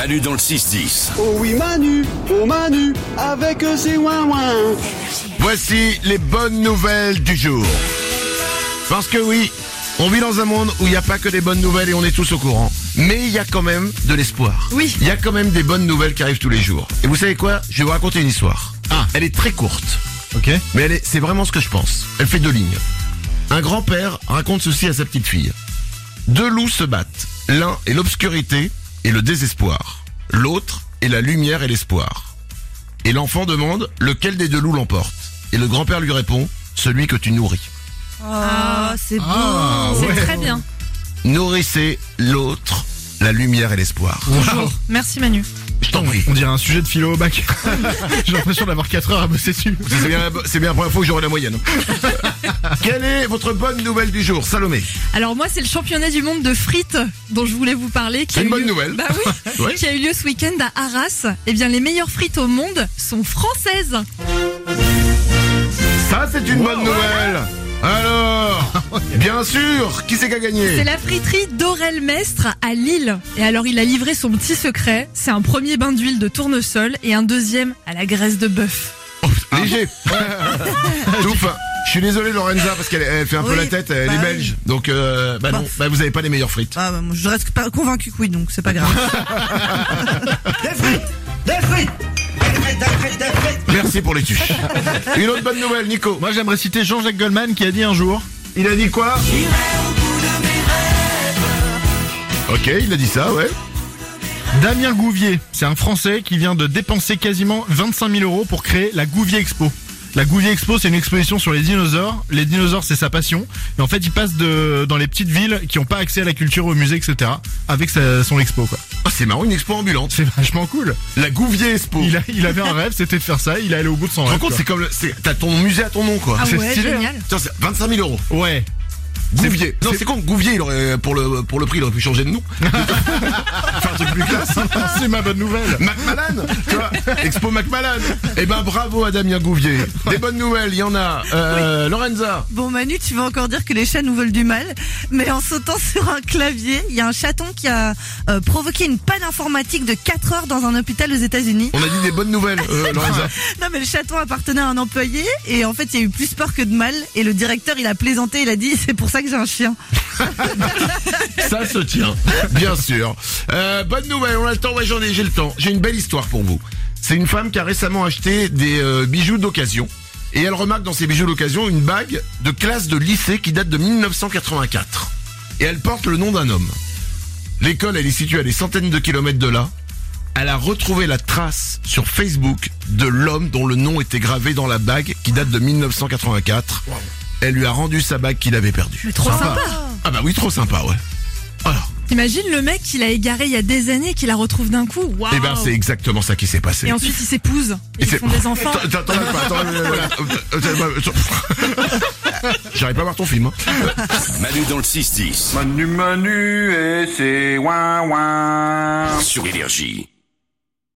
Manu dans le 6-10. Oh oui Manu, oh Manu, avec ses ouin-ouin. Voici les bonnes nouvelles du jour. Parce que oui, on vit dans un monde où il n'y a pas que des bonnes nouvelles et on est tous au courant. Mais il y a quand même de l'espoir. Oui. Il y a quand même des bonnes nouvelles qui arrivent tous les jours. Et vous savez quoi ? Je vais vous raconter une histoire. Elle est très courte. Ok. Mais c'est vraiment ce que je pense. Elle fait 2 lignes. Un grand-père raconte ceci à sa petite fille. 2 loups se battent. L'un est l'obscurité et le désespoir. L'autre est la lumière et l'espoir. Et l'enfant demande lequel des 2 loups l'emporte. Et le grand-père lui répond, celui que tu nourris. Oh, c'est beau. C'est très bien. Nourrissez l'autre, la lumière et l'espoir. Bonjour. Merci Manu. Je t'en prie. On dirait un sujet de philo au bac. J'ai l'impression d'avoir 4 heures à bosser dessus. C'est bien la première fois que j'aurai la moyenne. Quelle est votre bonne nouvelle du jour, Salomé ? Alors moi c'est le championnat du monde de frites dont je voulais vous parler. C'est une bonne nouvelle. Bah oui. Ouais. Qui a eu lieu ce week-end à Arras. Eh bien les meilleures frites au monde sont françaises. Ça, c'est une bonne nouvelle. Alors, bien sûr, qui c'est qui a gagné ? C'est la friterie d'Aurel Mestre à Lille. Et alors il a livré son petit secret. C'est un premier bain d'huile de tournesol et un deuxième à la graisse de bœuf. Léger. Tout fin. Je suis désolé Lorenza parce qu'elle fait un peu la tête, elle est belge. Donc non, vous avez pas les meilleures frites. Ah bah, moi, je reste pas convaincu que oui, donc c'est pas grave. Des frites. Merci pour les tuches. Une autre bonne nouvelle, Nico. Moi j'aimerais citer Jean-Jacques Goldman qui a dit un jour. Il a dit quoi ? Ok, il a dit ça, ouais. Damien Gouvier, c'est un Français qui vient de dépenser quasiment 25 000 € pour créer la Gouvier Expo. La Gouvier Expo, c'est une exposition sur les dinosaures. Les dinosaures, c'est sa passion. Et en fait, il passe dans les petites villes qui n'ont pas accès à la culture, au musée, etc. avec son expo, quoi. Oh, c'est marrant, une expo ambulante. C'est vachement cool. La Gouvier Expo. Il avait un rêve, c'était de faire ça. Il est allé au bout de son Tu te rêve. rends compte, c'est comme t'as ton musée à ton nom, quoi. Ah C'est ouais, stylé, génial. Tiens, c'est 25 000 €. Ouais. Gouvier. Non, c'est con, Gouvier, il aurait, pour le prix, il aurait pu changer de nom. Faire un truc plus classe. C'est ma bonne nouvelle. Macmillan, tu vois, Expo Macmillan. Eh ben, bravo à Damien Gouvier. Des bonnes nouvelles, il y en a. Lorenza. Bon Manu, tu vas encore dire que les chats nous veulent du mal, mais en sautant sur un clavier, il y a un chaton qui a provoqué une panne informatique de 4 heures dans un hôpital aux États-Unis. On a dit des bonnes nouvelles, Lorenza. Non mais le chaton appartenait à un employé et en fait il y a eu plus peur que de mal et le directeur il a plaisanté, il a dit c'est pour ça que j'ai un chien. Ça se tient, bien sûr. Bonne nouvelle, on a le temps, ouais, j'ai le temps. J'ai une belle histoire pour vous. C'est une femme qui a récemment acheté des bijoux d'occasion. Et elle remarque dans ces bijoux d'occasion une bague de classe de lycée qui date de 1984. Et elle porte le nom d'un homme. L'école, elle est située à des centaines de kilomètres de là. Elle a retrouvé la trace sur Facebook de l'homme dont le nom était gravé dans la bague qui date de 1984. Wow. Elle lui a rendu sa bague qu'il avait perdue. Mais trop sympa. Ah bah oui, trop sympa, ouais. Alors. T'imagines le mec qu'il a égaré il y a des années, qu'il la retrouve d'un coup. Waouh. Eh ben c'est exactement ça qui s'est passé. Et ensuite ils s'épousent. Ils font des enfants. J'arrive pas à voir ton film. Manu dans le 6-10. Manu et ses ouin-ouin. Sur Énergie.